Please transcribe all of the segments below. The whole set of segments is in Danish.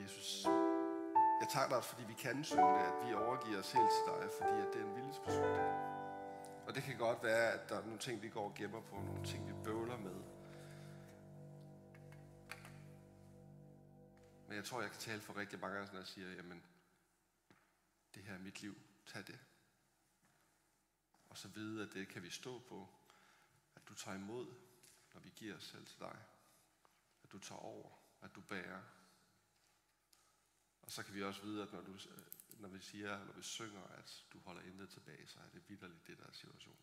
Jesus, jeg takker dig, fordi vi kan synge det, at vi overgiver os helt til dig, fordi at det er en viljesbeslutning. Og det kan godt være, at der er nogle ting, vi går og gemmer på, nogle ting, vi bøvler med. Men jeg tror, jeg kan tale for rigtig mange af os, når jeg siger, jamen, det her er mit liv, tag det. Og så vide, at det kan vi stå på, at du tager imod, når vi giver os selv til dig. At du tager over, at du bærer. Og så kan vi også vide, at når vi siger, når vi synger, at du holder intet tilbage, så er det vitterligt det, der er situationen.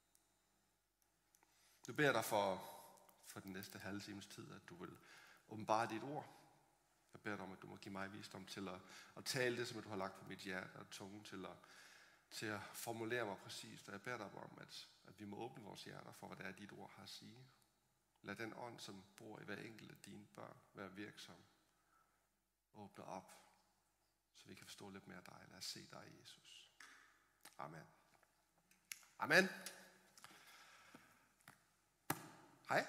Nu beder jeg dig for den næste halve times tid, at du vil åbenbare dit ord. Jeg beder dig om, at du må give mig visdom til at tale det, som du har lagt på mit hjerte, og tungen til at formulere mig præcist. Og jeg beder dig om, at vi må åbne vores hjerter for, hvad det er, dit ord har at sige. Lad den ånd, som bor i hver enkelt af dine børn, være virksom. Åbne op, så vi kan forstå lidt mere af dig. Lad os se dig, Jesus. Amen. Amen. Hej.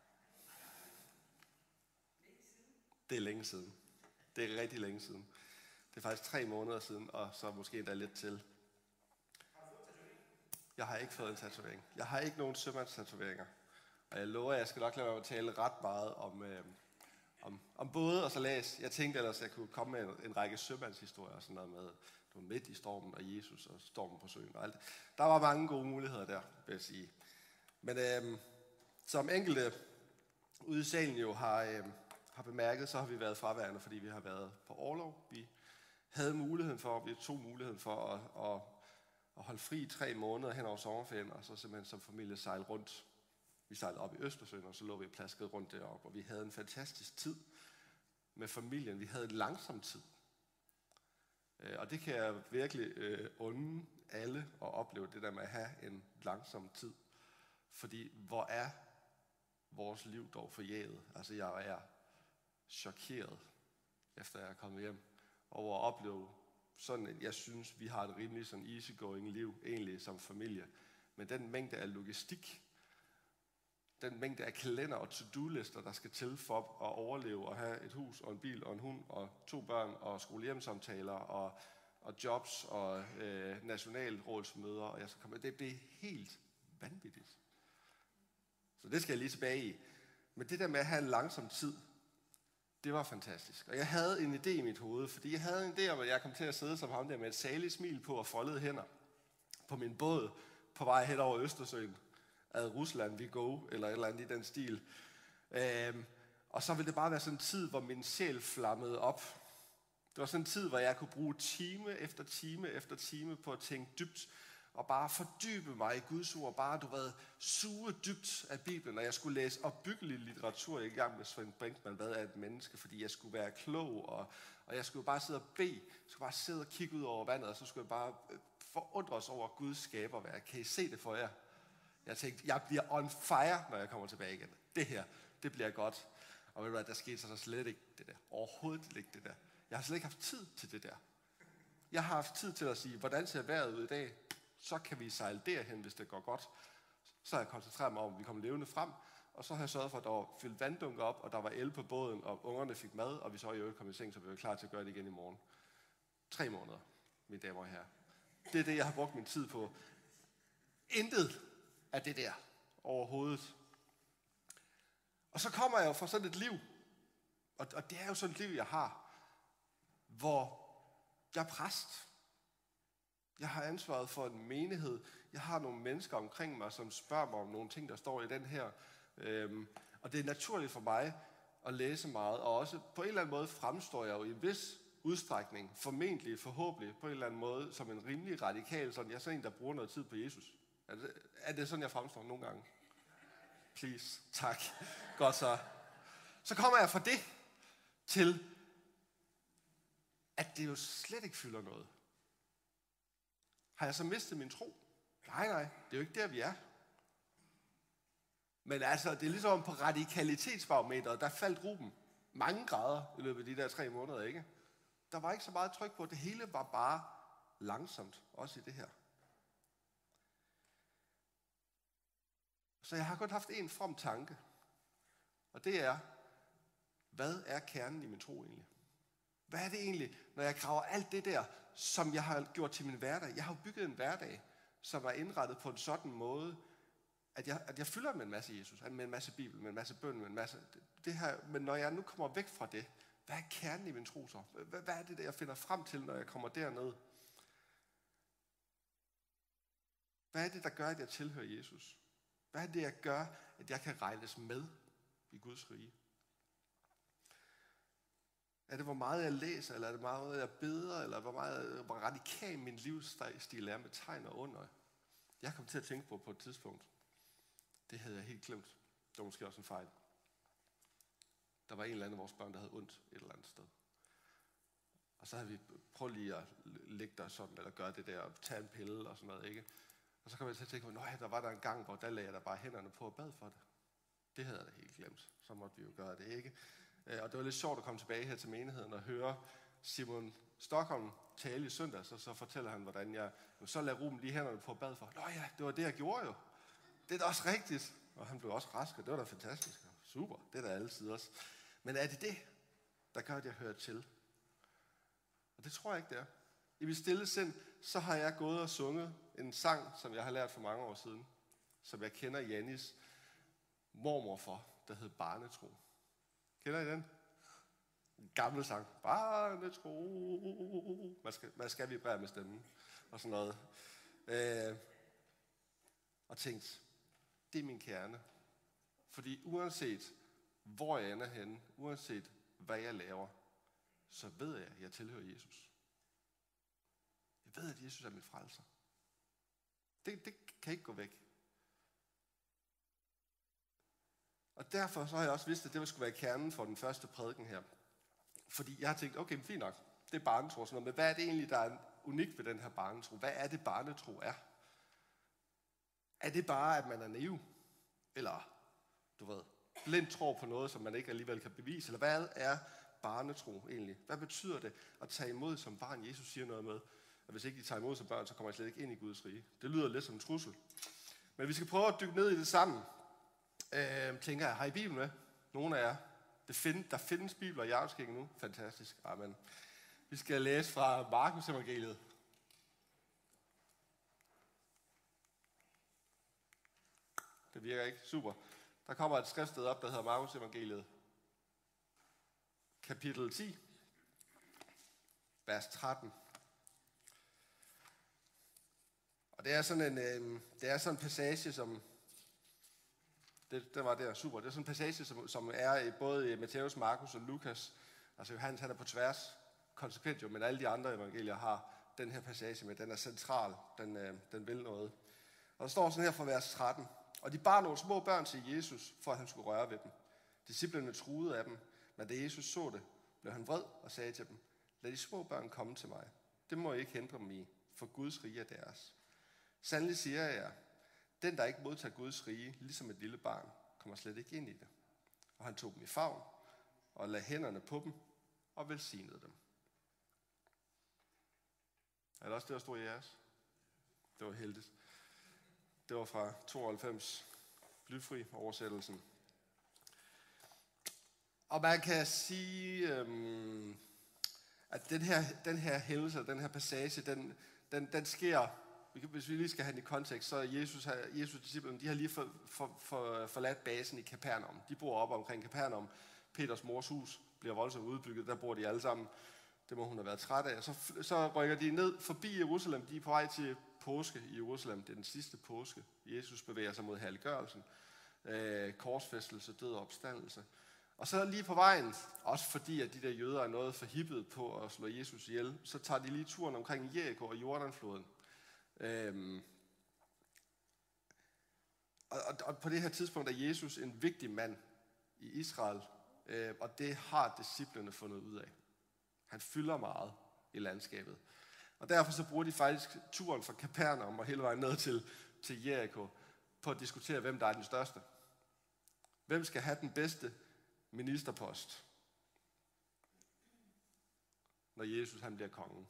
Det er længe siden. Det er rigtig længe siden. Det er faktisk 3 måneder siden, og så måske endda lidt til. Jeg har ikke fået en tatovering. Jeg har ikke nogen sømandstatoveringer. Og jeg lover, at jeg skal nok lade mig at tale ret meget om både og så læs. Jeg tænkte ellers, at jeg kunne komme med en række sømandshistorier og sådan noget med, du var midt i stormen og Jesus og stormen på søen og alt. Der var mange gode muligheder der, vil jeg sige. Men som enkelte ude i salen jo har bemærket, så har vi været fraværende, fordi vi har været på orlov. Vi tog muligheden for at holde fri i 3 måneder hen over sommerferien, og så simpelthen som familie sejle rundt. Vi sejlede op i Østersøen, og så lå vi og plaskede rundt deroppe, og vi havde en fantastisk tid med familien. Vi havde en langsom tid. Og det kan jeg virkelig unde alle at opleve, det der med at have en langsom tid. Fordi hvor er vores liv dog forjævet? Altså jeg er chokeret, efter jeg er kommet hjem, over at opleve sådan, jeg synes, vi har et rimelig sådan easygoing liv, egentlig som familie. Men den mængde af logistik, den mængde af kalender og to-do-lister, der skal til for at overleve og have et hus og en bil og en hund og 2 børn og skolehjemsamtaler og jobs og nationalrådsmøder, og jeg skal komme. Det er helt vanvittigt. Så det skal jeg lige tilbage i. Men det der med at have en langsom tid, det var fantastisk. Og jeg havde en idé i mit hoved, fordi jeg havde en idé om, at jeg kom til at sidde som ham der med et saligt smil på og foldede hænder på min båd på vej hen over Østersøen. Ad Rusland we go, eller et eller andet i den stil. Og så ville det bare være sådan en tid, hvor min sjæl flammede op. Det var sådan en tid, hvor jeg kunne bruge time efter time efter time på at tænke dybt, og bare fordybe mig i Guds ord, bare suge dybt af Bibelen, og jeg skulle læse opbyggelig litteratur i gang med Svend Brinkmann, hvad er et menneske, fordi jeg skulle være klog, og jeg skulle bare sidde og bede, jeg skulle bare sidde og kigge ud over vandet, og så skulle jeg bare forundres over Guds skaberværk. Kan I se det for jer? Jeg tænkte, jeg bliver on fire, når jeg kommer tilbage igen. Det her, det bliver godt. Og ved du hvad, der skete så slet ikke det der. Overhovedet ikke det der. Jeg har slet ikke haft tid til det der. Jeg har haft tid til at sige, hvordan ser vejret ud i dag? Så kan vi sejle derhen, hvis det går godt. Så har jeg koncentreret mig om, at vi kom levende frem. Og så har jeg sørget for, at der var fyldt vanddunker op, og der var el på båden, og ungerne fik mad, og vi så i øvrigt kom i seng, så vi var klar til at gøre det igen i morgen. 3 måneder, mine damer og herrer. Det er det, jeg har brugt min tid på. Intet af det der overhovedet. Og så kommer jeg jo fra sådan et liv, og det er jo sådan et liv, jeg har, hvor jeg er præst. Jeg har ansvaret for en menighed. Jeg har nogle mennesker omkring mig, som spørger mig om nogle ting, der står i den her. Og det er naturligt for mig at læse meget, og også på en eller anden måde fremstår jeg jo i en vis udstrækning, formentlig, forhåbentlig, på en eller anden måde, som en rimelig radikal, sådan jeg er sådan en, der bruger noget tid på Jesus. Er det sådan, jeg fremstår nogle gange? Please. Tak. Godt så. Så kommer jeg fra det til, at det jo slet ikke fylder noget. Har jeg så mistet min tro? Nej, det er jo ikke der, vi er. Men altså, det er ligesom på radikalitetsbarometeret, der faldt Ruben mange grader i løbet af de der 3 måneder, ikke? Der var ikke så meget tryk på, det hele var bare langsomt, også i det her. Så jeg har kun haft en from tanke, og det er, hvad er kernen i min tro egentlig? Hvad er det egentlig, når jeg graver alt det der, som jeg har gjort til min hverdag? Jeg har jo bygget en hverdag, som er indrettet på en sådan måde, at jeg fylder med en masse Jesus, med en masse Bibel, med en masse bøn, med en masse det her. Men når jeg nu kommer væk fra det, hvad er kernen i min tro så? Hvad er det, der jeg finder frem til, når jeg kommer derned? Hvad er det, der gør, at jeg tilhører Jesus? Hvad er det, der gør, at jeg kan regnes med i Guds rige? Er det, hvor meget jeg læser, eller er det, hvor meget jeg beder, eller hvor radikal min livsstil er med tegn og under? Jeg kom til at tænke på et tidspunkt. Det havde jeg helt glemt. Det var måske også en fejl. Der var en eller anden af vores børn, der havde ondt et eller andet sted. Og så havde vi prøvet lige at ligge der sådan, eller gøre det der, og tage en pille og sådan noget, ikke? Og så kom jeg til at tænke på, der var der en gang, hvor der lagde jeg der bare hænderne på og bad for det. Det havde jeg da helt glemt. Så måtte vi jo gøre det, ikke? Og det var lidt sjovt at komme tilbage her til menigheden og høre Simon Stockholm tale i søndag, så fortæller han, hvordan jeg så lagde Ruben lige hænderne på og bad for. Det var det, jeg gjorde jo. Det er da også rigtigt. Og han blev også rask, og det var da fantastisk. Super, det er da altid også. Men er det, der gør, at jeg hører til? Og det tror jeg ikke, det er. I mit stille sind, så har jeg gået og sunget en sang, som jeg har lært for mange år siden, som jeg kender Jannis mormor for, der hed Barnetro. Kender I den? En gammel sang. Barnetro. Man skal vibrere med stemmen. Og sådan noget. Og tænkt, det er min kerne. Fordi uanset hvor jeg ender henne, uanset hvad jeg laver, så ved jeg, at jeg tilhører Jesus. Jeg ved, at Jesus er min frelser. Det kan ikke gå væk. Og derfor så har jeg også vidst, at det skulle være kernen for den første prædiken her. Fordi jeg har tænkt, okay, fint nok, det er barnetro og sådan noget, men hvad er det egentlig, der er unikt ved den her barnetro? Hvad er det, barnetro er? Er det bare, at man er naiv? Eller, blindt tror på noget, som man ikke alligevel kan bevise? Eller hvad er barnetro egentlig? Hvad betyder det at tage imod som barn? Jesus siger noget med, at hvis ikke I tager imod som børn, så kommer I slet ikke ind i Guds rige. Det lyder lidt som en trussel. Men vi skal prøve at dykke ned i det sammen. Tænker jeg, har I Bibelen med? Nogle af jer. Der findes Bibler i Jakobskirken nu. Fantastisk. Amen. Vi skal læse fra Markus evangeliet. Det virker ikke. Super. Der kommer et skriftsted op, der hedder Markus evangeliet. Kapitel 10. Vers 13. Og det er sådan en passage, som det var der, super. Det er sådan en passage, som er både i Matthæus, Markus og Lukas. Altså Johannes, han er på tværs, konsekvent jo, men alle de andre evangelier har den her passage med. Den er central, den vil noget. Og der står sådan her fra vers 13. Og de bar nogle små børn til Jesus, for at han skulle røre ved dem. Disciplene truede af dem, men da Jesus så det, blev han vred og sagde til dem, lad de små børn komme til mig. Det må I ikke hindre dem i, for Guds rige er deres. Sandelig siger jeg jer, den der ikke modtager Guds rige, ligesom et lille barn, kommer slet ikke ind i det. Og han tog dem i favn, og lagde hænderne på dem, og velsignede dem. Er det også det, der stod i jeres? Det var heldigt. Det var fra 92, blyfri oversættelsen. Og man kan sige, at den her hændelse, den her passage, den sker, hvis vi lige skal have den i kontekst, så er Jesus disciplene, de har lige forladt basen i Kapernaum. De bor oppe omkring Kapernaum. Peters mors hus bliver voldsomt udbygget, der bor de alle sammen. Det må hun have været træt af. Så rykker de ned forbi Jerusalem. De er på vej til påske i Jerusalem. Det er den sidste påske. Jesus bevæger sig mod herliggørelsen. Korsfæstelse, død og opstandelse. Og så lige på vejen, også fordi at de der jøder er noget forhippet på at slå Jesus ihjel, så tager de lige turen omkring Jericho og Jordanfloden. Og på det her tidspunkt er Jesus en vigtig mand i Israel, og det har disciplene fundet ud af. Han fylder meget i landskabet. Og derfor så bruger de faktisk turen fra Kapernaum og hele vejen ned til Jericho på at diskutere, hvem der er den største. Hvem skal have den bedste ministerpost, når Jesus han bliver kongen?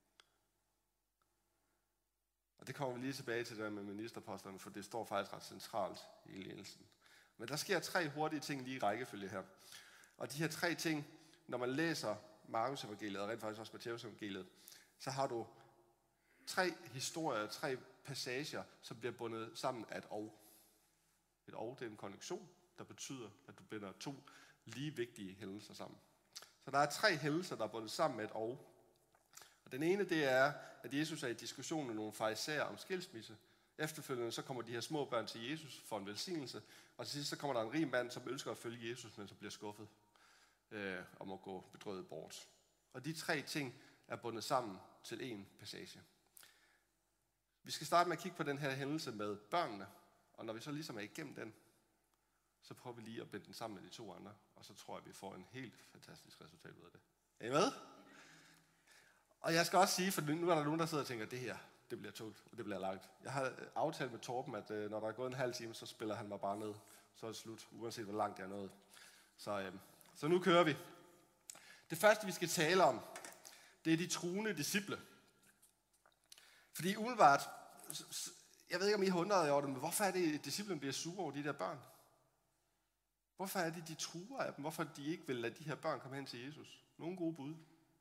Og det kommer vi lige tilbage til der med ministerposterne, for det står faktisk ret centralt i lignelsen. Men der sker 3 hurtige ting lige i rækkefølge her. Og de her 3 ting, når man læser Markus evangeliet og rent faktisk også Matthæus evangeliet, så har du 3 historier, 3 passager, som bliver bundet sammen af et og. Et og, det er en konjunktion, der betyder, at du binder 2 lige vigtige hændelser sammen. Så der er 3 hændelser, der er bundet sammen med et og. Og den ene, det er, at Jesus er i diskussion med nogle farisæer om skilsmisse. Efterfølgende så kommer de her små børn til Jesus for en velsignelse, og til sidst så kommer der en rig mand, som ønsker at følge Jesus, men så bliver skuffet om at gå bedrøvet bort. Og de 3 ting er bundet sammen til en passage. Vi skal starte med at kigge på den her hændelse med børnene, og når vi så ligesom er igennem den, så prøver vi lige at binde den sammen med de 2 andre, og så tror jeg, at vi får en helt fantastisk resultat ud af det. Er I med? Og jeg skal også sige, for nu er der nogen, der sidder og tænker, det her, det bliver tungt, og det bliver langt. Jeg har aftalt med Torben, at når der er gået en halv time, så spiller han mig bare ned. Så er det slut, uanset hvor langt jeg er nået. Så nu kører vi. Det første, vi skal tale om, det er de truende disciple. Fordi umiddelbart, jeg ved ikke, om I har undret jer over det, men hvorfor er det, at disciplen bliver sure over de der børn? Hvorfor er det, de truer af dem? Hvorfor de ikke vil lade de her børn komme hen til Jesus? Nogle gode bud.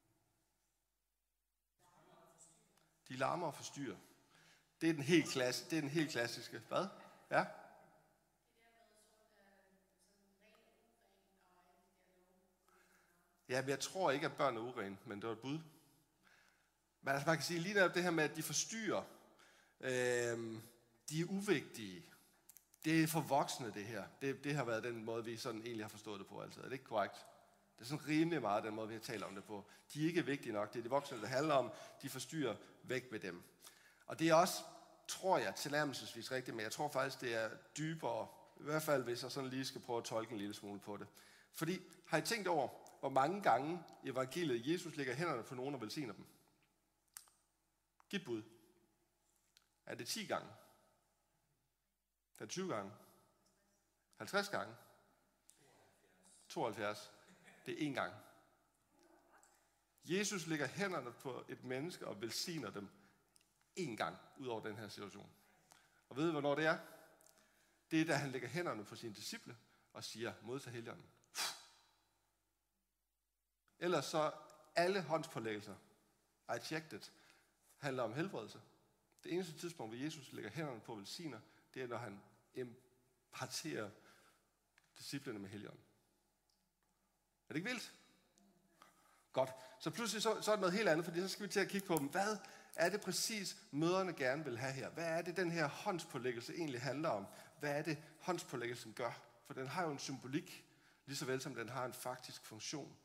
De larmer og forstyrrer. Det er den helt klassiske. Hvad? Ja? Ja, men jeg tror ikke, at børn er urene, men det var et bud. Men altså, man kan sige lige netop det her med, at de forstyrrer. De er uvigtige. Det er for voksne, det her. Det har været den måde, vi sådan egentlig har forstået det på altid. Er det ikke korrekt? Det er sådan rimelig meget den måde, vi har talt om det på. De er ikke vigtige nok. Det er de voksne, det handler om. De forstyrrer, væk med dem. Og det er også, tror jeg, tilnærmelsesvis rigtigt, men jeg tror faktisk, det er dybere. I hvert fald, hvis jeg sådan lige skal prøve at tolke en lille smule på det. Fordi, har I tænkt over, hvor mange gange i evangeliet Jesus lægger hænderne på nogen og velsigner dem? Giv et bud. Er det 10 gange? Er det 20 gange? 50 gange? 72. Det er 1 gang. Jesus lægger hænderne på et menneske og velsigner dem 1 gang ud over den her situation. Og ved I, hvornår det er? Det er, da han lægger hænderne på sine disciple og siger, modtag Helligånden. Ellers så alle håndspålæggelser, I checked it, handler om helbredelse. Det eneste tidspunkt, hvor Jesus lægger hænderne på og velsigner, det er, når han imparterer disciplene med Helligånden. Er det ikke vildt? Godt. Så pludselig så er det noget helt andet, fordi så skal vi til at kigge på dem. Hvad er det præcis, mødrene gerne vil have her? Hvad er det, den her håndspålæggelse egentlig handler om? Hvad er det, håndspålæggelsen gør? For den har jo en symbolik, lige så vel som den har en faktisk funktion.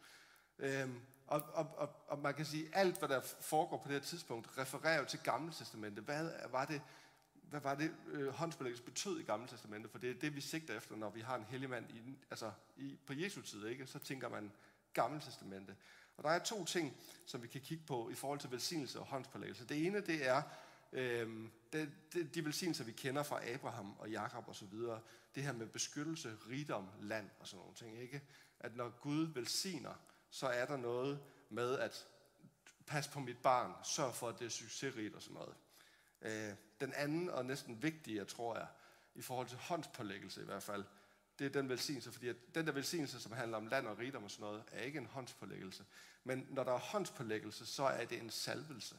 Og man kan sige, at alt, hvad der foregår på det her tidspunkt, refererer jo til Gamle Testamentet. Hvad var det håndspålæggelse betød i Gamle Testamentet? For det er det, vi sigter efter, når vi har en hellig mand på Jesu tid, ikke? Så tænker man Gamle Testamentet. Og der er 2 ting, som vi kan kigge på i forhold til velsignelse og håndspålæggelse. Det ene, det er de velsignelser, vi kender fra Abraham og Jakob og så videre. Det her med beskyttelse, rigdom, land og sådan nogle ting, ikke? At når Gud velsigner, så er der noget med at passe på mit barn, sørg for, at det er succesrigt og sådan noget. Den anden og næsten vigtige, tror jeg, i forhold til håndspålæggelse i hvert fald, det er den velsignelse, fordi at den der velsignelse, som handler om land og rigdom og sådan noget, er ikke en håndspålæggelse. Men når der er håndspålæggelse, så er det en salvelse.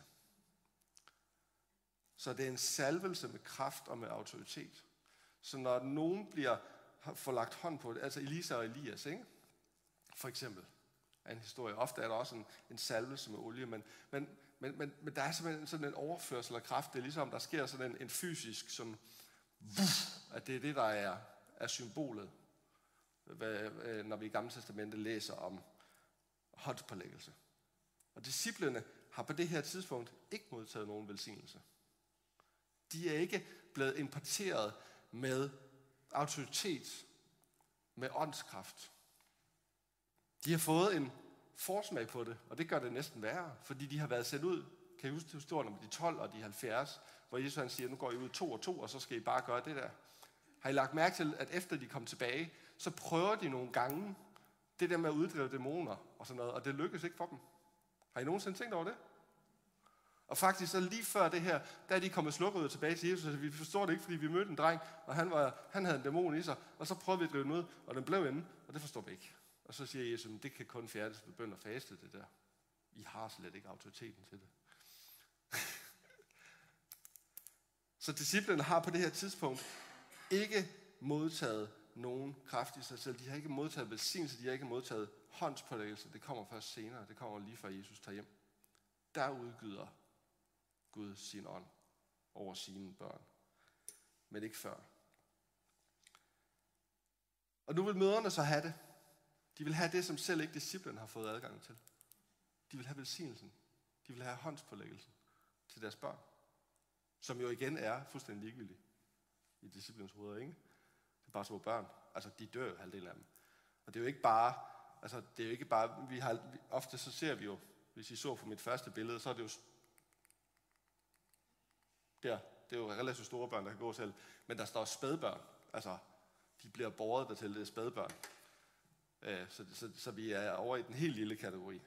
Så det er en salvelse med kraft og med autoritet. Så når nogen får lagt hånd på det, altså Elisa og Elias, ikke? For eksempel, er en historie. Ofte er der også en salvelse med olie, men der er simpelthen sådan en overførsel af kraft. Det er ligesom, der sker sådan en fysisk, sådan, at det er det, der er symbolet, når vi i Gamle Testamentet læser om håndspålæggelse. Og disciplene har på det her tidspunkt ikke modtaget nogen velsignelse. De er ikke blevet imparteret med autoritet, med åndskraft. De har fået en forsmag på det, og det gør det næsten værre, fordi de har været sendt ud. Kan I huske historien om de 12 og de 70, hvor Jesus han siger, nu går I ud 2 og 2, og så skal I bare gøre det der. Har I lagt mærke til, at efter de kom tilbage, så prøver de nogle gange det der med at uddrive dæmoner og sådan noget, og det lykkes ikke for dem. Har I nogensinde tænkt over det? Og faktisk så lige før det her, der er de kommet slukket tilbage til Jesus, og vi forstår det ikke, fordi vi mødte en dreng, og han havde en dæmon i sig, og så prøvede vi at drive den ud, og den blev inde, og det forstår vi ikke. Og så siger Jesus, det kan kun fjernes ved bøn og faste, det der. I har slet ikke autoriteten til det. Så disciplene har på det her tidspunkt ikke modtaget nogen kraft i sig selv. De har ikke modtaget velsignelse, de har ikke modtaget håndspålæggelse. Det kommer først senere, det kommer lige før Jesus tager hjem. Der udgyder Gud sin ånd over sine børn, men ikke før. Og nu vil mødrene så have det. De vil have det, som selv ikke disciplene har fået adgang til. De vil have velsignelsen. De vil have håndspålæggelsen til deres børn, som jo igen er fuldstændig ligegyldigt i disciplens hoveder, ikke? Det er bare små børn. Altså, de dør jo halvdelen af dem. Og det er jo ikke bare, ofte så ser vi jo, hvis I så på mit første billede, så er det jo der. Det er jo relativt store børn, der kan gå selv. Men der står spædbørn. Altså, de bliver båret dertil, det er spædbørn. Så vi er over i den helt lille kategori.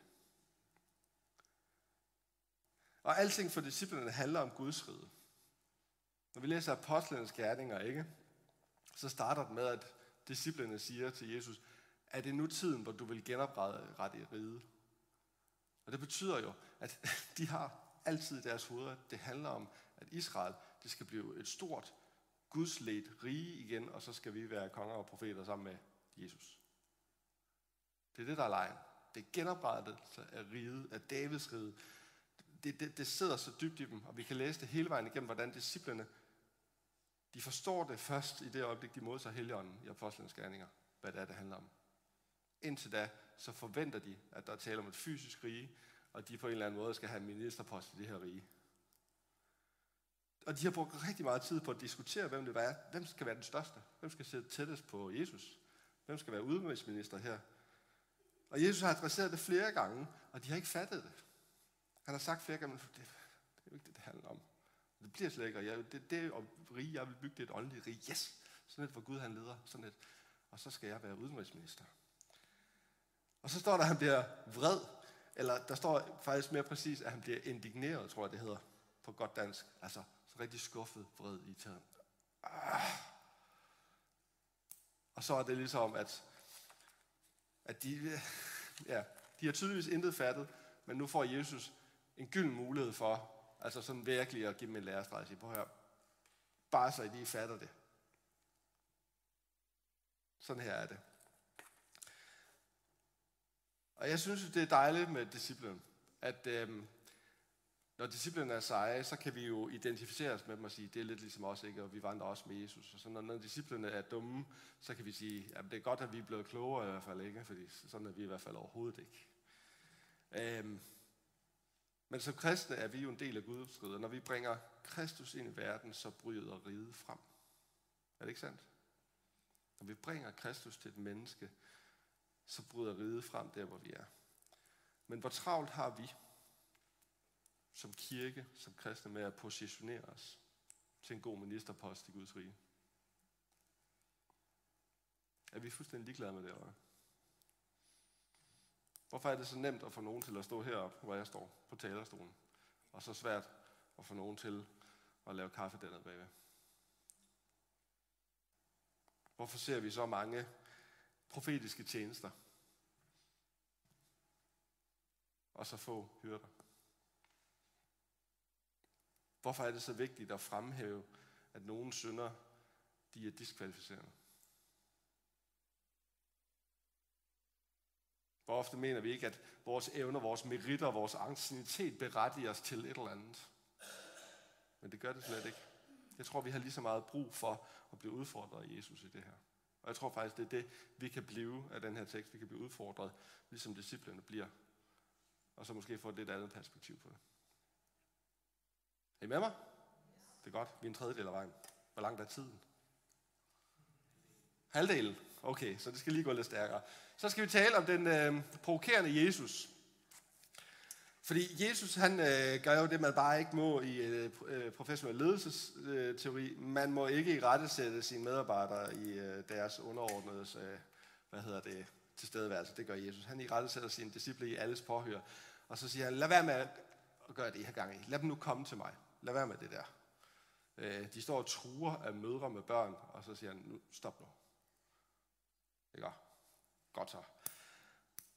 Og alting for disciplerne handler om Guds rige. Når vi læser apostlenes gerninger, ikke? Så starter det med, at disciplene siger til Jesus, er det nu tiden, hvor du vil genoprette i riget? Og det betyder jo, at de har altid i deres hoveder, det handler om, at Israel, det skal blive et stort, gudsledt rige igen, og så skal vi være konger og profeter sammen med Jesus. Det er det, der er lejen. Det er genoprettelse af riget, af Davids rige. Det sidder så dybt i dem, og vi kan læse det hele vejen igennem, hvordan disciplene, de forstår det først i det øjeblik, de modtager Helligånden i apostlenes gerninger, hvad det er, det handler om. Indtil da, så forventer de, at der er tale om et fysisk rige, og de på en eller anden måde skal have en ministerpost i det her rige. Og de har brugt rigtig meget tid på at diskutere, hvem skal være den største, hvem skal sidde tættest på Jesus, hvem skal være udenrigsminister her. Og Jesus har adresseret det flere gange, og de har ikke fattet det. Han har sagt flere gange, det er jo ikke det handler om. Det bliver slet ikke, det rige, jeg vil bygge det et åndeligt rige. Yes! Sådan et, hvor Gud han leder. Sådan et. Og så skal jeg være udenrigsminister. Og så står der, at han bliver vred. Eller der står faktisk mere præcis, at han bliver indigneret, tror jeg det hedder på godt dansk. Altså så rigtig skuffet, vred i tiden. Og så er det ligesom, at de har tydeligvis intet fattet, men nu får Jesus en gylden mulighed for, altså sådan virkelig at give dem en lærestreg og sige, prøv her, bare så I lige fatter det. Sådan her er det. Og jeg synes, det er dejligt med disciplen, at når disciplene er seje, så kan vi jo identificere os med dem og sige, det er lidt ligesom os, ikke? Og vi vandrer også med Jesus. Og så når disciplene er det så kan vi sige, at det er godt, at vi er blevet klogere i hvert fald, ikke? Fordi sådan er vi i hvert fald overhovedet ikke. Men som kristne er vi jo en del af Guds rige. Når vi bringer Kristus ind i verden, så bryder riget frem. Er det ikke sandt? Når vi bringer Kristus til et menneske, så bryder riget frem der, hvor vi er. Men hvor travlt har vi som kirke, som kristne, med at positionere os til en god ministerpost i Guds rige? Er vi fuldstændig ligeglade med det, eller? Hvorfor er det så nemt at få nogen til at stå heroppe, hvor jeg står på talerstolen, og så svært at få nogen til at lave kaffe dernede bagved? Hvorfor ser vi så mange profetiske tjenester, og så få hyrder? Hvorfor er det så vigtigt at fremhæve, at nogle synder, de er diskvalificerende? Hvor ofte mener vi ikke, at vores evner, vores meritter, vores anciennitet berettiger os til et eller andet? Men det gør det slet ikke. Jeg tror, vi har lige så meget brug for at blive udfordret af Jesus i det her. Og jeg tror faktisk, det er det, vi kan blive af den her tekst. Vi kan blive udfordret, ligesom disciplene bliver. Og så måske få et lidt andet perspektiv på det. Er I med mig? Det er godt. Vi er en tredjedel af vejen. Hvor langt er tiden? Halvdelen. Okay, så det skal lige gå lidt stærkere. Så skal vi tale om den provokerende Jesus. Fordi Jesus, han gør jo det, man bare ikke må i professionel ledelsesteori. Man må ikke irettesætte sine medarbejdere i deres underordnedes tilstedeværelse. Det gør Jesus. Han irettesætter sine disciple i alles påhør. Og så siger han, lad være med at gøre det her gang i. Lad dem nu komme til mig. Lad være med det der. De står og truer af mødre med børn, og så siger han, nu stop nu. Ikke? Godt så.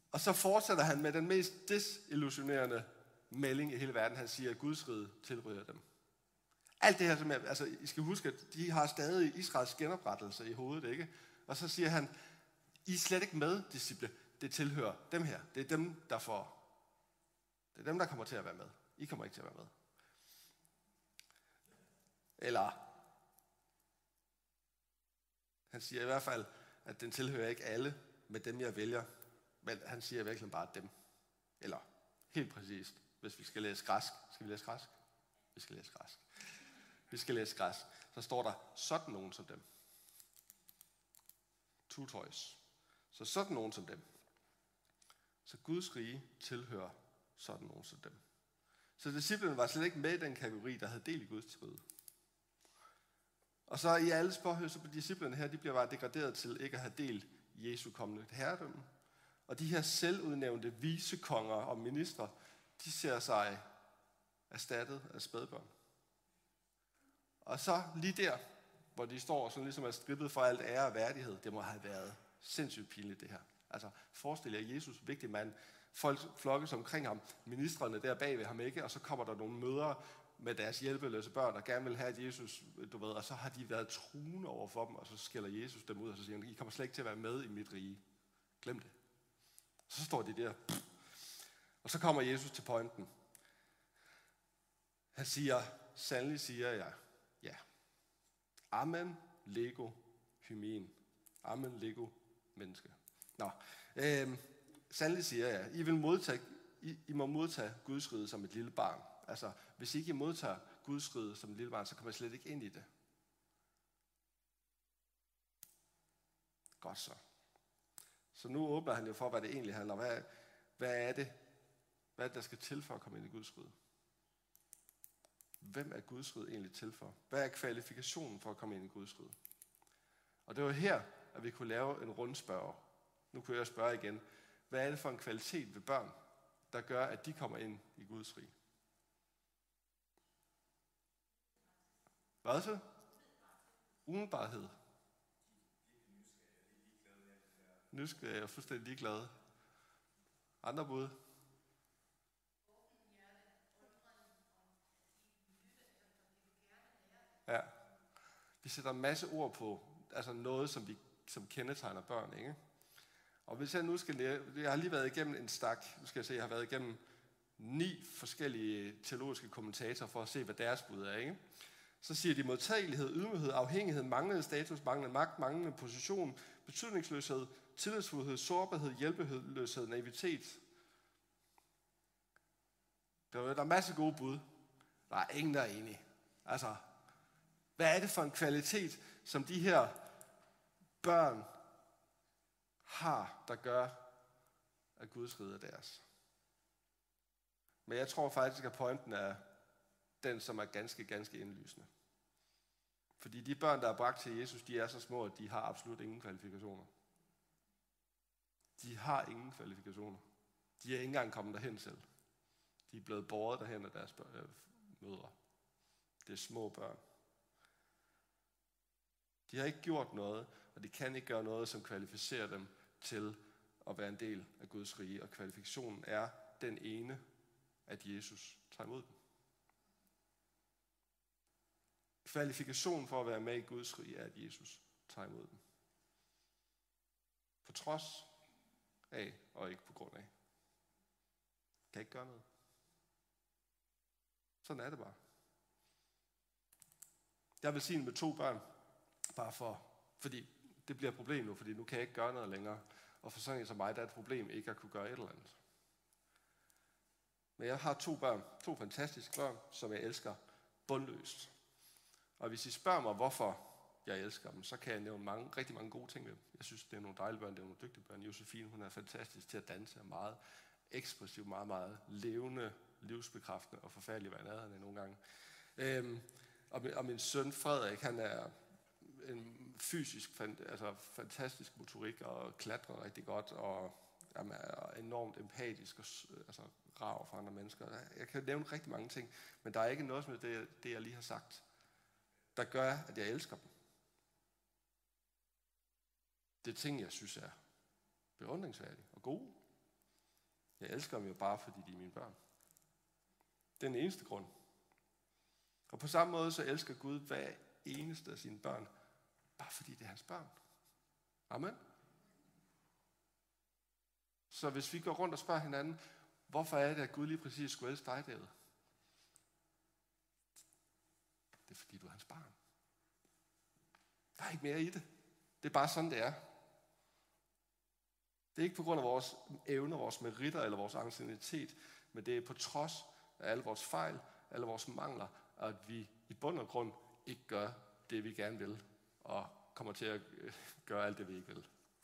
Og så fortsætter han med den mest desillusionerende melding i hele verden. Han siger, at Guds rige tilryger dem. Alt det her, som I skal huske, at de har stadig Israels genoprettelse i hovedet, ikke? Og så siger han, I er slet ikke med, disciple. Det tilhører dem her. Det er dem, der får. Det er dem, der kommer til at være med. I kommer ikke til at være med. Eller, han siger i hvert fald, at den tilhører ikke alle med dem, jeg vælger. Men han siger virkelig bare dem. Eller, helt præcist, hvis vi skal læse græsk. Skal vi læse græsk? Vi skal læse græsk. Vi skal læse græsk. Så står der sådan nogen som dem. Tutois. Så sådan nogen som dem. Så Guds rige tilhører sådan nogen som dem. Så disciplene var slet ikke med i den kategori, der havde del i Guds rige. Og så i alles påhør, så bliver disciplene her, de bliver bare degraderet til ikke at have del i Jesu kommende herredømme. Og de her selvudnævnte visekonger og ministre, de ser sig erstattet af spædbørn. Og så lige der, hvor de står sådan ligesom er strippet for alt ære og værdighed, det må have været sindssygt pinligt det her. Altså forestil jer Jesus, vigtig mand, folk flokkes omkring ham, ministrene der bag ved ham ikke, og så kommer der nogle mødre med deres hjælpeløse børn, der gerne vil have at Jesus, du ved, og så har de været truende over for dem, og så skælder Jesus dem ud, og så siger han, I kommer slet ikke til at være med i mit rige. Glem det. Så står de der. Og så kommer Jesus til pointen. Han siger, sandelig siger jeg, ja. Amen, lego, hymen. Amen, lego, menneske. Nå, sandelig siger jeg, I må modtage Guds rige som et lille barn. Altså, hvis I ikke modtager Guds rige som et lille barn, så kommer I slet ikke ind i det. Godt så. Så nu åbner han jo for, hvad det egentlig handler om. Hvad er det, der skal til for at komme ind i Guds rige? Hvem er Guds rige egentlig til for? Hvad er kvalifikationen for at komme ind i Guds rige? Og det var her, at vi kunne lave en rundspørg. Nu kunne jeg spørge igen. Hvad er det for en kvalitet ved børn, der gør, at de kommer ind i Guds rige? Hvad så? Umiddelbarhed. Nysgerrig, jeg er fuldstændig ligeglad. Andre bud? Ja. Vi sætter en masse ord på, altså noget, som kendetegner børn, ikke? Og hvis jeg nu skal lære, jeg har lige været igennem en stak, nu skal jeg se, jeg har været igennem 9 forskellige teologiske kommentatorer for at se, hvad deres bud er, ikke? Så siger de modtagelighed, ydmyghed, afhængighed, manglende status, manglende magt, manglende position, betydningsløshed, tillidsfuldhed, sårbarhed, hjælpeløshed, naivitet. Der er en masse gode bud. Der er ingen, der er enige. Altså, hvad er det for en kvalitet, som de her børn har, der gør, at Guds rige er deres? Men jeg tror faktisk, at pointen er den, som er ganske, ganske indlysende. Fordi de børn, der er bragt til Jesus, de er så små, at de har absolut ingen kvalifikationer. De har ingen kvalifikationer. De er ikke engang kommet derhen selv. De er blevet båret derhen af deres mødre. Det er små børn. De har ikke gjort noget, og de kan ikke gøre noget, som kvalificerer dem til at være en del af Guds rige. Og kvalifikationen er den ene, at Jesus tager imod dem. Kvalifikationen for at være med i Guds rige er, at Jesus tager imod dem. På trods af, og ikke på grund af. Kan ikke gøre noget. Sådan er det bare. Jeg vil sige med 2 børn, bare fordi det bliver et problem nu, fordi nu kan jeg ikke gøre noget længere. Og for sådan en som mig, der er et problem ikke at kunne gøre et eller andet. Men jeg har 2 børn, 2 fantastiske børn, som jeg elsker bundløst. Og hvis I spørger mig, hvorfor jeg elsker dem, så kan jeg nævne rigtig mange gode ting ved dem. Jeg synes, det er nogle dejlige børn, det er nogle dygtige børn. Josefine, hun er fantastisk til at danse, meget ekspressiv, meget, meget levende, livsbekræftende og forfærdelig, hvad han er nogle gange. Og min søn Frederik, han er en fysisk, fantastisk motorik og klatrer rigtig godt, og er enormt empatisk og rar for andre mennesker. Jeg kan nævne rigtig mange ting, men der er ikke noget som det jeg lige har sagt, der gør, at jeg elsker dem. Det er ting, jeg synes er beundringsværdige og gode. Jeg elsker dem jo bare, fordi de er mine børn. Det er den eneste grund. Og på samme måde så elsker Gud hver eneste af sine børn, bare fordi det er hans børn. Amen. Så hvis vi går rundt og spørger hinanden, hvorfor er det, at Gud lige præcis skulle elske dig, David? Det er fordi, du er hans barn. Der er ikke mere i det. Det er bare sådan, det er. Det er ikke på grund af vores evner, vores meritter eller vores anciennitet, men det er på trods af alle vores fejl, alle vores mangler, at vi i bund og grund ikke gør det, vi gerne vil, og kommer til at gøre alt det, vi ikke vil.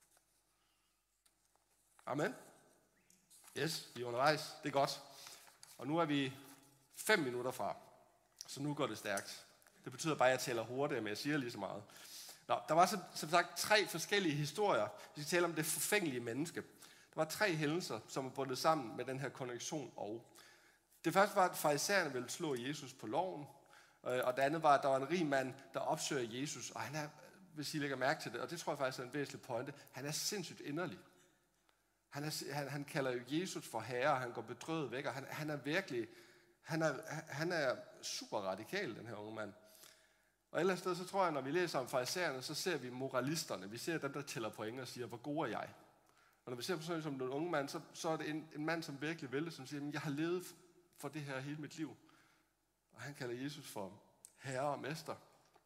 Amen. Yes, vi er undervejs. Det er godt. Og nu er vi 5 minutter fra, så nu går det stærkt. Det betyder bare, at jeg tæller hurtigt, men jeg siger lige så meget. Nå, der var som sagt 3 forskellige historier. Vi skal tale om det forfængelige menneske. Der var 3 hændelser, som er bundet sammen med den her konjunktion og. Det første var, at farisæerne ville slå Jesus på loven. Og det andet var, at der var en rig mand, der opsøger Jesus. Og han er, hvis I lægger mærke til det, og det tror jeg faktisk er en væsentlig pointe, han er sindssygt inderlig. Han kalder jo Jesus for herre, og han går bedrøvet væk, og han er virkelig, han er super radikal, den her unge mand. Og et eller andet sted, så tror jeg, når vi læser om farisæerne, så ser vi moralisterne. Vi ser dem, der tæller point og siger, hvor god er jeg? Og når vi ser på sådan som den unge mand, så er det en mand, som virkelig vil det, som siger, jeg har levet for det her hele mit liv. Og han kalder Jesus for herre og mester.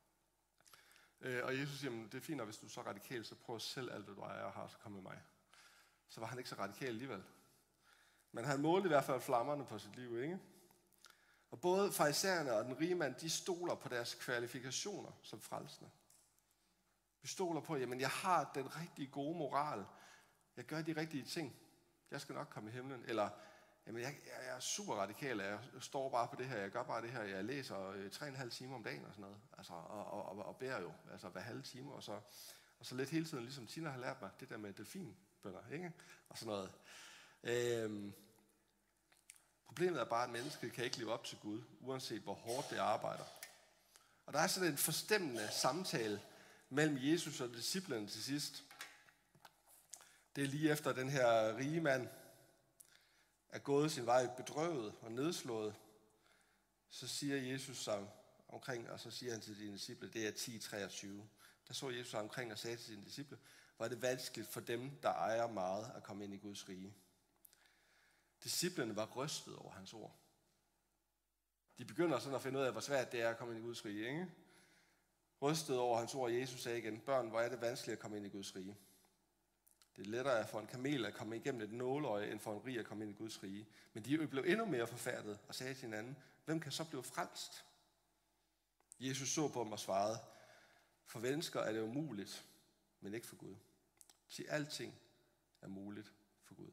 Og Jesus siger, det er fint, og hvis du er så radikal, så prøv selv alt det, du ejer og har, så kom med mig. Så var han ikke så radikal alligevel. Men han målte i hvert fald flammerne på sit liv, ikke? Og både farisæerne og den rige mand, de stoler på deres kvalifikationer som frelsende. Vi stoler på, jamen jeg har den rigtig gode moral. Jeg gør de rigtige ting. Jeg skal nok komme i himlen. Eller, jamen jeg er super radikal. Jeg står bare på det her. Jeg gør bare det her. Jeg læser 3,5 timer om dagen og sådan noget. Altså, og bærer jo. Altså hver halve time. Og så lidt hele tiden, ligesom Tina har lært mig, det der med delfinbønner, ikke? Og sådan noget. Problemet er bare, at mennesket kan ikke leve op til Gud, uanset hvor hårdt det arbejder. Og der er sådan en forstemmende samtale mellem Jesus og disciplene til sidst. Det er lige efter den her rige mand er gået sin vej bedrøvet og nedslået. Så siger Jesus sig omkring, og så siger han til sine disciple, det er 10:23. Der så Jesus sig omkring og sagde til sine disciple, hvor er det vanskeligt for dem, der ejer meget, at komme ind i Guds rige. Disciplene var rystet over hans ord. De begynder sådan at finde ud af, hvor svært det er at komme ind i Guds rige, ikke? Rystet over hans ord, Jesus sagde igen, børn, hvor er det vanskeligt at komme ind i Guds rige. Det er lettere for en kamel at komme igennem et nåleøje, end for en rig at komme ind i Guds rige. Men de blev endnu mere forfærdet og sagde til hinanden, hvem kan så blive frelst? Jesus så på dem og svarede, for mennesker er det umuligt, men ikke for Gud. Til alting er muligt for Gud.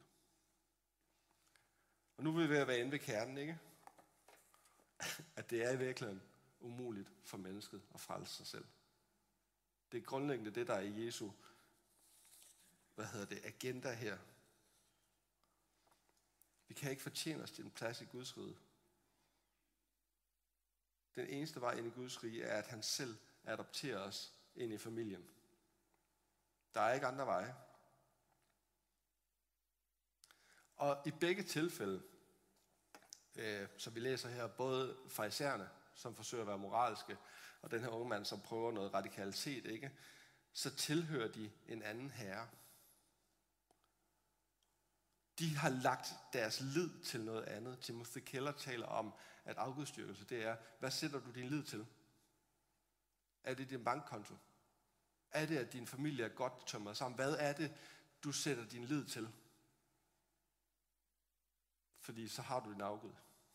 Og nu vil vi være inde ved kernen, ikke? At det er i virkeligheden umuligt for mennesket at frelse sig selv. Det er grundlæggende det, der er i Jesu, agenda her. Vi kan ikke fortjene os til en plads i Guds rige. Den eneste vej ind i Guds rige er, at han selv adopterer os ind i familien. Der er ikke andre veje. Og i begge tilfælde, som vi læser her, både farisæerne, som forsøger at være moralske, og den her unge mand, som prøver noget radikalitet, ikke? Så tilhører de en anden herre. De har lagt deres lid til noget andet. Timothy Keller taler om, at afgudstyrkelse, det er, hvad sætter du din lid til? Er det din bankkonto? Er det, at din familie er godt tømret sammen? Hvad er det, du sætter din lid til? Fordi så har du din afgud.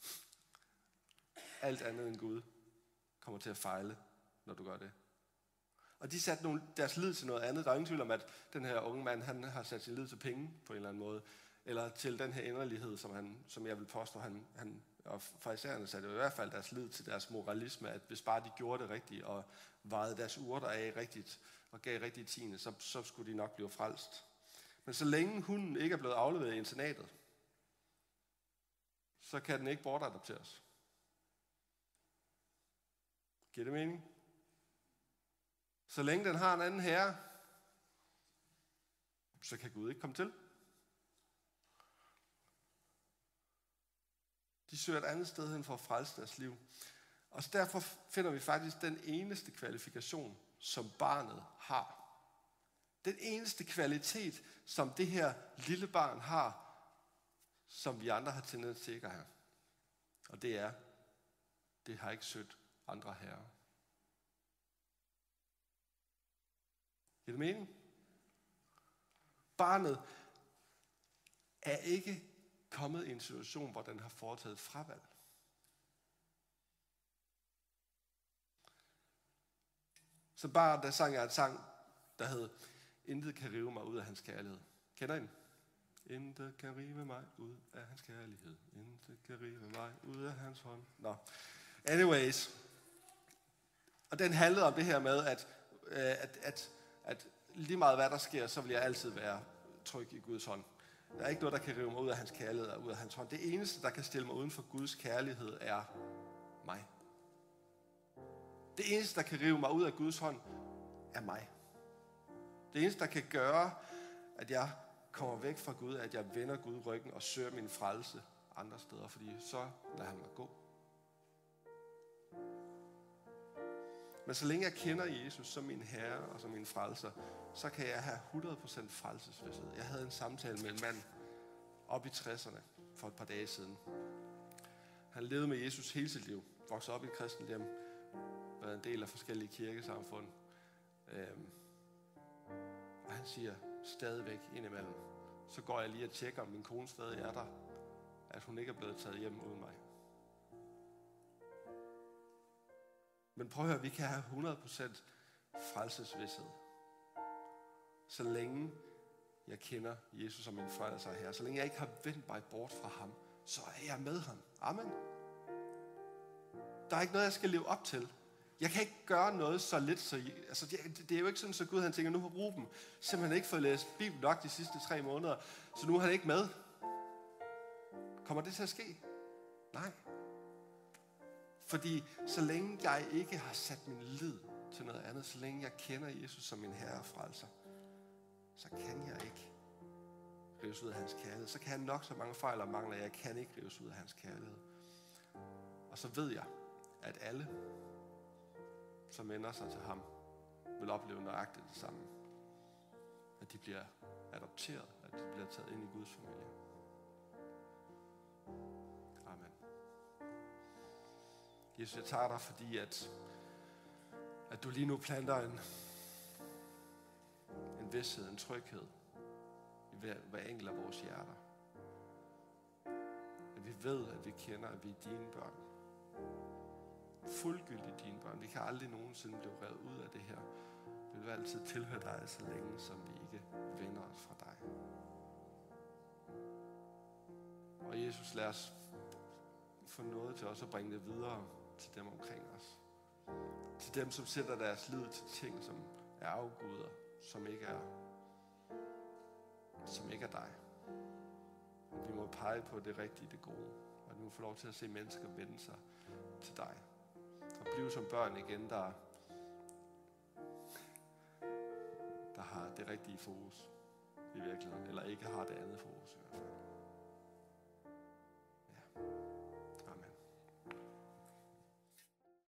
Alt andet end Gud kommer til at fejle, når du gør det. Og de satte deres lid til noget andet. Der er ingen tvivl om, at den her unge mand, han har sat sin lid til penge på en eller anden måde. Eller til den her inderlighed, som jeg vil påstå, og farisæerne satte jo i hvert fald deres lid til deres moralisme, at hvis bare de gjorde det rigtigt, og vejede deres urter af rigtigt, og gav rigtigt tiende, så skulle de nok blive frelst. Men så længe hunden ikke er blevet afleveret i internatet, så kan den ikke bortadopteres. Giver det mening? Så længe den har en anden herre, så kan Gud ikke komme til. De søger et andet sted hen for at frelse deres liv. Og derfor finder vi faktisk den eneste kvalifikation, som barnet har. Den eneste kvalitet, som det her lille barn har, som vi andre har tendens til ikke at have. Og det er, det har ikke søgt andre herrer. Giver det mening? Barnet er ikke kommet i en situation, hvor den har foretaget fravalg. Så bare der sang jeg en sang, der hed Intet kan rive mig ud af hans kærlighed. Kender I den? Intet kan rive mig ud af hans kærlighed. Intet kan rive mig ud af hans hånd. Nå. Anyways. Og den handlede om det her med, at lige meget hvad der sker, så vil jeg altid være tryg i Guds hånd. Der er ikke noget, der kan rive mig ud af hans kærlighed og ud af hans hånd. Det eneste, der kan stille mig uden for Guds kærlighed, er mig. Det eneste, der kan rive mig ud af Guds hånd, er mig. Det eneste, der kan gøre, at jeg kommer væk fra Gud, er, at jeg vender Gud ryggen og søger min frelse andre steder, fordi så lader han mig gå. Men så længe jeg kender Jesus som min herre og som min frelser, så kan jeg have 100% frelsesvidshed. Jeg havde en samtale med en mand op i 60'erne for et par dage siden. Han levede med Jesus hele sit liv, voksede op i et kristent hjem, været en del af forskellige kirkesamfund. Og han siger stadigvæk indimellem, så går jeg lige og tjekker, om min kone stadig er der, at hun ikke er blevet taget hjem uden mig. Men prøv at høre, vi kan have 100% frelsesvidshed. Så længe jeg kender Jesus som min frelser her, så længe jeg ikke har vendt mig bort fra ham, så er jeg med ham. Amen. Der er ikke noget, jeg skal leve op til. Jeg kan ikke gøre noget så lidt, så altså det er jo ikke sådan, så Gud han tænker, nu har Ruben simpelthen ikke fået læst Bibelen nok de sidste 3 måneder, så nu er han ikke med. Kommer det til at ske? Nej. Fordi så længe jeg ikke har sat min lid til noget andet, så længe jeg kender Jesus som min herre og frelser, så kan jeg ikke rives ud af hans kærlighed. Så kan jeg nok så mange fejl og mangler, jeg kan ikke rives ud af hans kærlighed. Og så ved jeg, at alle, som vender sig til ham, vil opleve nøjagtigt det samme. At de bliver adopteret, at de bliver taget ind i Guds familie. Amen. Jesus, jeg tager dig, fordi at du lige nu planter en vidsthed, en tryghed i hver enkelt af vores hjerter. At vi ved, at vi kender, at vi er dine børn. Fuldgyldigt dine børn. Vi kan aldrig nogensinde blive revet ud af det her. Vi vil altid tilhøre dig, så længe som vi ikke vender os fra dig. Og Jesus, lad os få noget til os at bringe det videre til dem omkring os. Til dem, som sætter deres lid til ting, som er afguder, som ikke er dig. Og vi må pege på det rigtige, det gode. Og vi må få lov til at se mennesker vende sig til dig. Og blive som børn igen, der har det rigtige fokus i virkeligheden. Eller ikke har det andet fokus i hvert fald.